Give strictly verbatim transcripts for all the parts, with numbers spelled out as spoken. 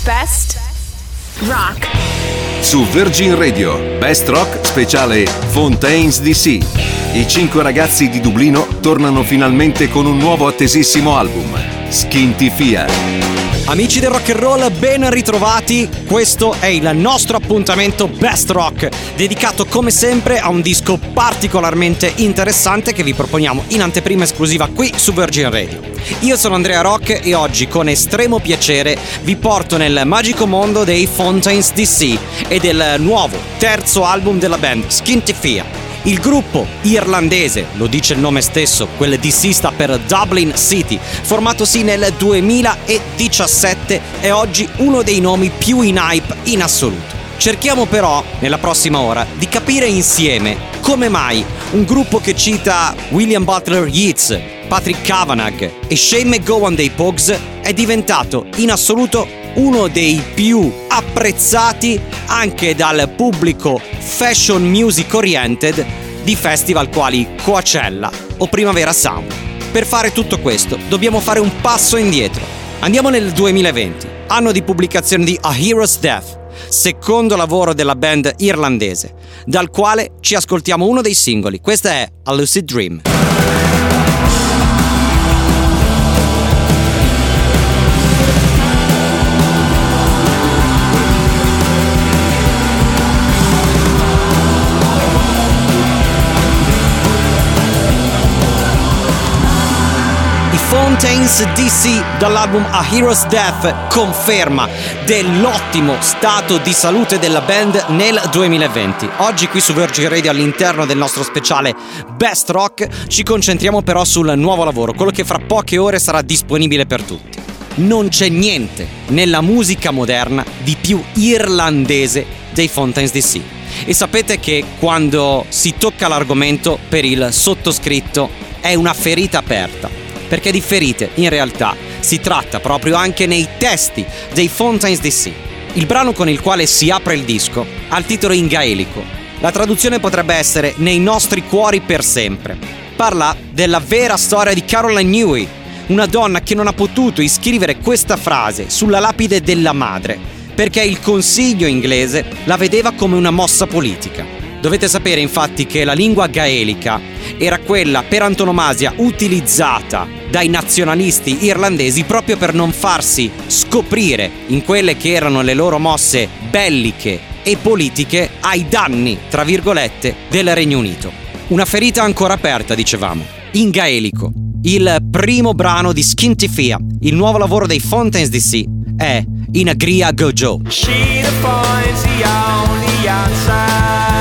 Best Rock. Su Virgin Radio, Best Rock speciale Fontaines D C. I cinque ragazzi di Dublino tornano finalmente con un nuovo attesissimo album, Skintifia. Amici del rock and roll, ben ritrovati. Questo è il nostro appuntamento Best Rock, dedicato come sempre a un disco particolarmente interessante che vi proponiamo in anteprima esclusiva qui su Virgin Radio. Io sono Andrea Rock e oggi con estremo piacere vi porto nel magico mondo dei Fontaines D C e del nuovo terzo album della band, Skintifia. Il gruppo irlandese, lo dice il nome stesso, quel D C sta per Dublin City, formatosi nel duemiladiciassette, è oggi uno dei nomi più in hype in assoluto. Cerchiamo però, nella prossima ora, di capire insieme come mai un gruppo che cita William Butler Yeats, Patrick Kavanagh e Shane MacGowan dei Pogues è diventato in assoluto uno dei più apprezzati anche dal pubblico fashion music oriented di festival quali Coachella o Primavera Sound. Per fare tutto questo dobbiamo fare un passo indietro. Andiamo nel duemilaventi, anno di pubblicazione di A Hero's Death, secondo lavoro della band irlandese, dal quale ci ascoltiamo uno dei singoli. Questa è A Lucid Dream. Fontaines D C dall'album A Hero's Death conferma dell'ottimo stato di salute della band nel duemilaventi. Oggi qui su Virgin Radio all'interno del nostro speciale Best Rock ci concentriamo però sul nuovo lavoro, quello che fra poche ore sarà disponibile per tutti. Non c'è niente nella musica moderna di più irlandese dei Fontaines D C. E sapete che quando si tocca l'argomento per il sottoscritto è una ferita aperta. Perché di ferite, in realtà, si tratta proprio anche nei testi dei Fontaines D C. Il brano con il quale si apre il disco ha il titolo in gaelico. La traduzione potrebbe essere Nei nostri cuori per sempre. Parla della vera storia di Caroline Newey, una donna che non ha potuto iscrivere questa frase sulla lapide della madre, perché il consiglio inglese la vedeva come una mossa politica. Dovete sapere infatti che la lingua gaelica era quella per antonomasia utilizzata dai nazionalisti irlandesi proprio per non farsi scoprire in quelle che erano le loro mosse belliche e politiche ai danni, tra virgolette, del Regno Unito. Una ferita ancora aperta, dicevamo. In gaelico, il primo brano di Skintifia, il nuovo lavoro dei Fontaines D C, è In a Gria Gojo. She defines the only answer.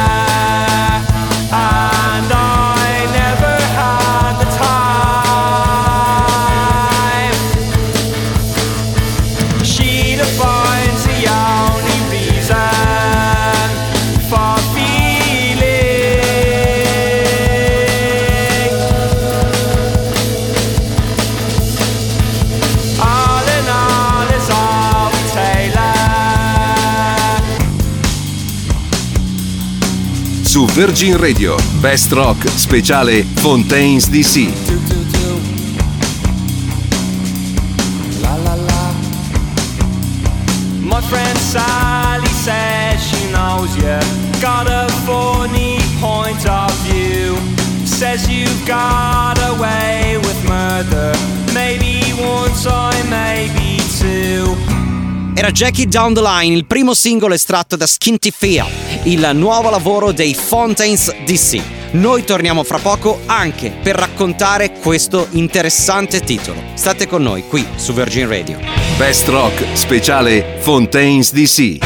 Su Virgin Radio, Best Rock speciale Fontaines D C. La la la. My friend Sally says she knows you got a funny point of view. Says you've got away with murder. Maybe one time, maybe two. Era Jackie Down the Line, il primo singolo estratto da Skintifia, il nuovo lavoro dei Fontaines D C. Noi torniamo fra poco anche per raccontare questo interessante titolo. State con noi qui su Virgin Radio. Best Rock speciale Fontaines D C.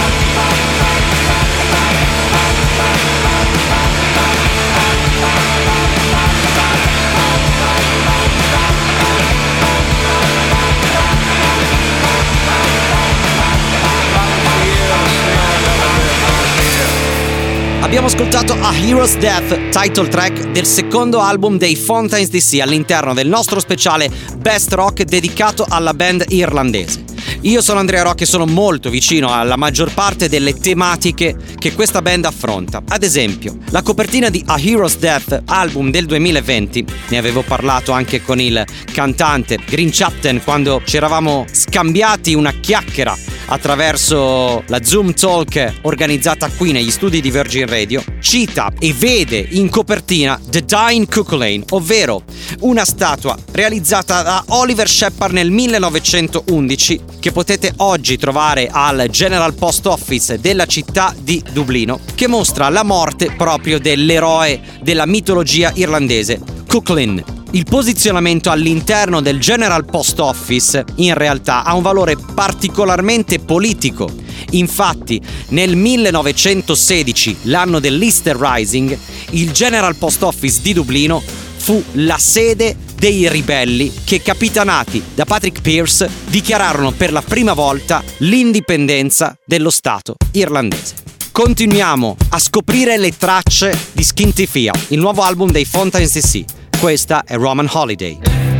Abbiamo ascoltato A Hero's Death, title track del secondo album dei Fontaines D C all'interno del nostro speciale Best Rock dedicato alla band irlandese. Io sono Andrea Rock e sono molto vicino alla maggior parte delle tematiche che questa band affronta. Ad esempio, la copertina di A Hero's Death, album del duemilaventi, ne avevo parlato anche con il cantante Green Chapten quando ci eravamo scambiati una chiacchiera attraverso la Zoom Talk organizzata qui negli studi di Virgin Radio, cita e vede in copertina The Dying Cuckoo Lane, ovvero una statua realizzata da Oliver Shepard nel millenovecentoundici che potete oggi trovare al General Post Office della città di Dublino, che mostra la morte proprio dell'eroe della mitologia irlandese, Cuchulainn. Il posizionamento all'interno del General Post Office in realtà ha un valore particolarmente politico. Infatti, nel millenovecentosedici, l'anno dell'Easter Rising, il General Post Office di Dublino fu la sede dei ribelli che, capitanati da Patrick Pearse, dichiararono per la prima volta l'indipendenza dello Stato irlandese. Continuiamo a scoprire le tracce di Skinty Fia, il nuovo album dei Fontaines D C. Questa è Roman Holiday.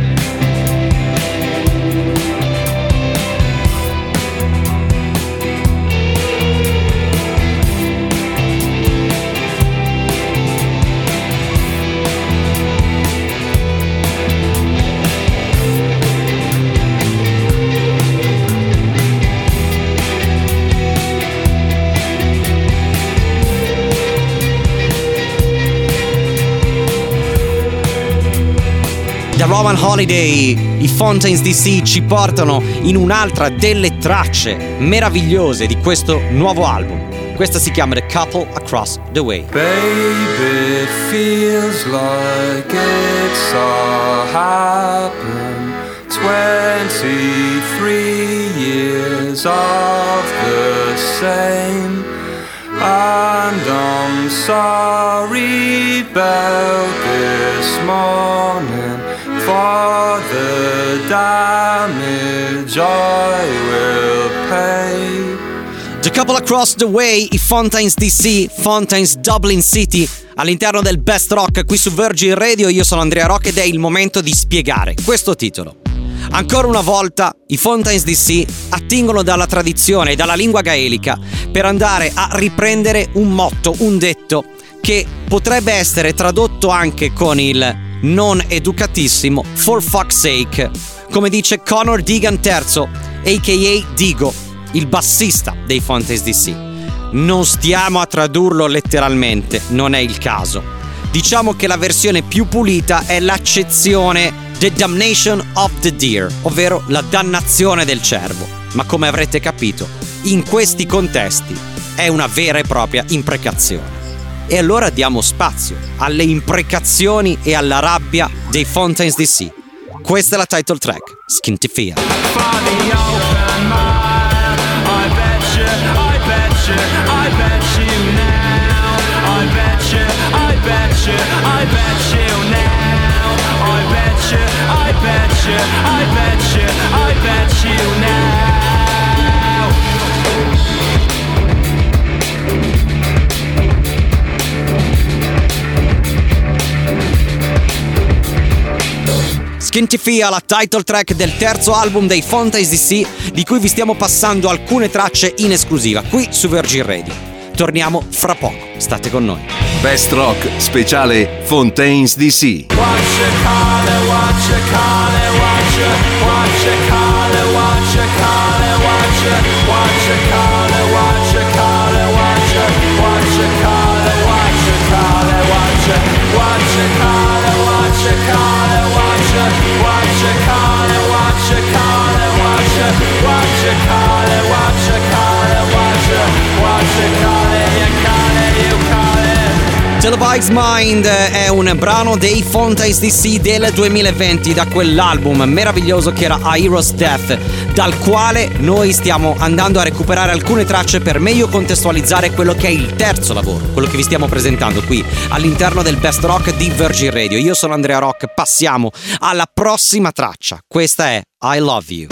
Da Roman Holiday, i Fontaines D C ci portano in un'altra delle tracce meravigliose di questo nuovo album. Questa si chiama The Couple Across the Way. Baby, it feels like it's all happened. Twenty-three years of the same, and I'm sorry about this morning. For the damage I will pay. The Couple Across the Way, i Fontaines D C, Fontaines Dublin City, all'interno del Best Rock qui su Virgin Radio. Io sono Andrea Rock ed è il momento di spiegare questo titolo. Ancora una volta i Fontaines D C attingono dalla tradizione e dalla lingua gaelica per andare a riprendere un motto, un detto che potrebbe essere tradotto anche con il non educatissimo for fuck's sake, come dice Conor Deegan terzo, a k a. Digo, il bassista dei Fontaines D C. Non stiamo a tradurlo letteralmente, non è il caso. Diciamo che la versione più pulita è l'accezione The Damnation of the Deer, ovvero la dannazione del cervo. Ma come avrete capito, in questi contesti è una vera e propria imprecazione. E allora diamo spazio alle imprecazioni e alla rabbia dei Fontaines D C. Questa è la title track, Skinty Fia. Skinty Fia, la title track del terzo album dei Fontaines D C, di cui vi stiamo passando alcune tracce in esclusiva qui su Virgin Radio. Torniamo fra poco, state con noi. Best Rock speciale Fontaines D C. Televised Mind è un brano dei Fontaines D C del duemilaventi, da quell'album meraviglioso che era A Hero's Death, dal quale noi stiamo andando a recuperare alcune tracce per meglio contestualizzare quello che è il terzo lavoro, quello che vi stiamo presentando qui all'interno del Best Rock di Virgin Radio. Io sono Andrea Rock, passiamo alla prossima traccia. Questa è I Love You.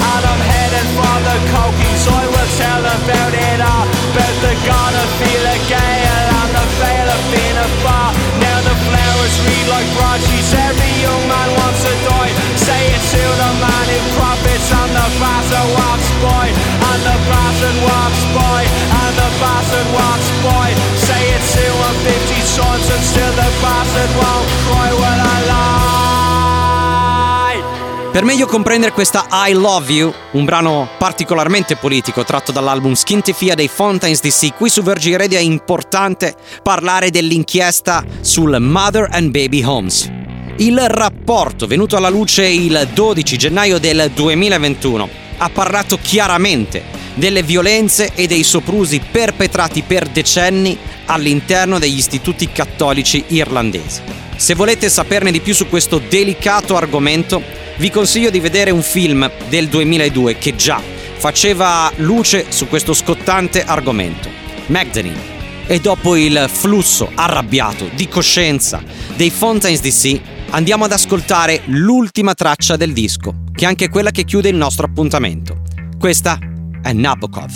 Read like broadsheets, every young man wants to die. Say it to the man who profits and the bastard walks by. And the bastard walks by, and the bastard walks by. Say it to him fifty sons and still the bastard won't cry. Well, I lie. Per meglio comprendere questa I Love You, un brano particolarmente politico tratto dall'album Skintifia dei Fontaines D C, qui su Virgin Radio è importante parlare dell'inchiesta sul Mother and Baby Homes. Il rapporto venuto alla luce il dodici gennaio del duemilaventuno ha parlato chiaramente delle violenze e dei soprusi perpetrati per decenni all'interno degli istituti cattolici irlandesi. Se volete saperne di più su questo delicato argomento, vi consiglio di vedere un film del duemiladue che già faceva luce su questo scottante argomento, Magdalene. E dopo il flusso arrabbiato di coscienza dei Fontaines D C, andiamo ad ascoltare l'ultima traccia del disco, che è anche quella che chiude il nostro appuntamento. Questa è Nabokov.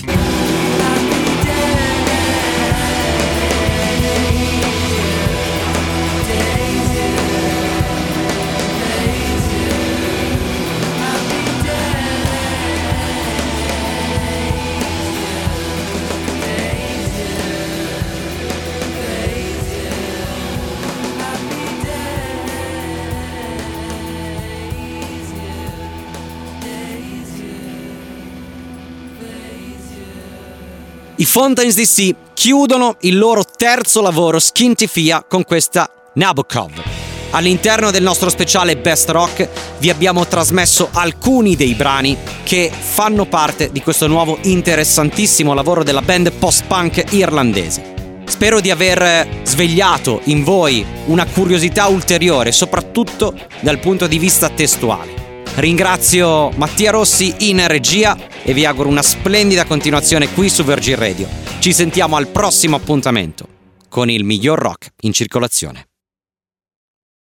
I Fontaines D C chiudono il loro terzo lavoro Skintifia con questa Nabokov. All'interno del nostro speciale Best Rock vi abbiamo trasmesso alcuni dei brani che fanno parte di questo nuovo interessantissimo lavoro della band post-punk irlandese. Spero di aver svegliato in voi una curiosità ulteriore, soprattutto dal punto di vista testuale. Ringrazio Mattia Rossi in regia e vi auguro una splendida continuazione qui su Virgin Radio. Ci sentiamo al prossimo appuntamento con il miglior rock in circolazione.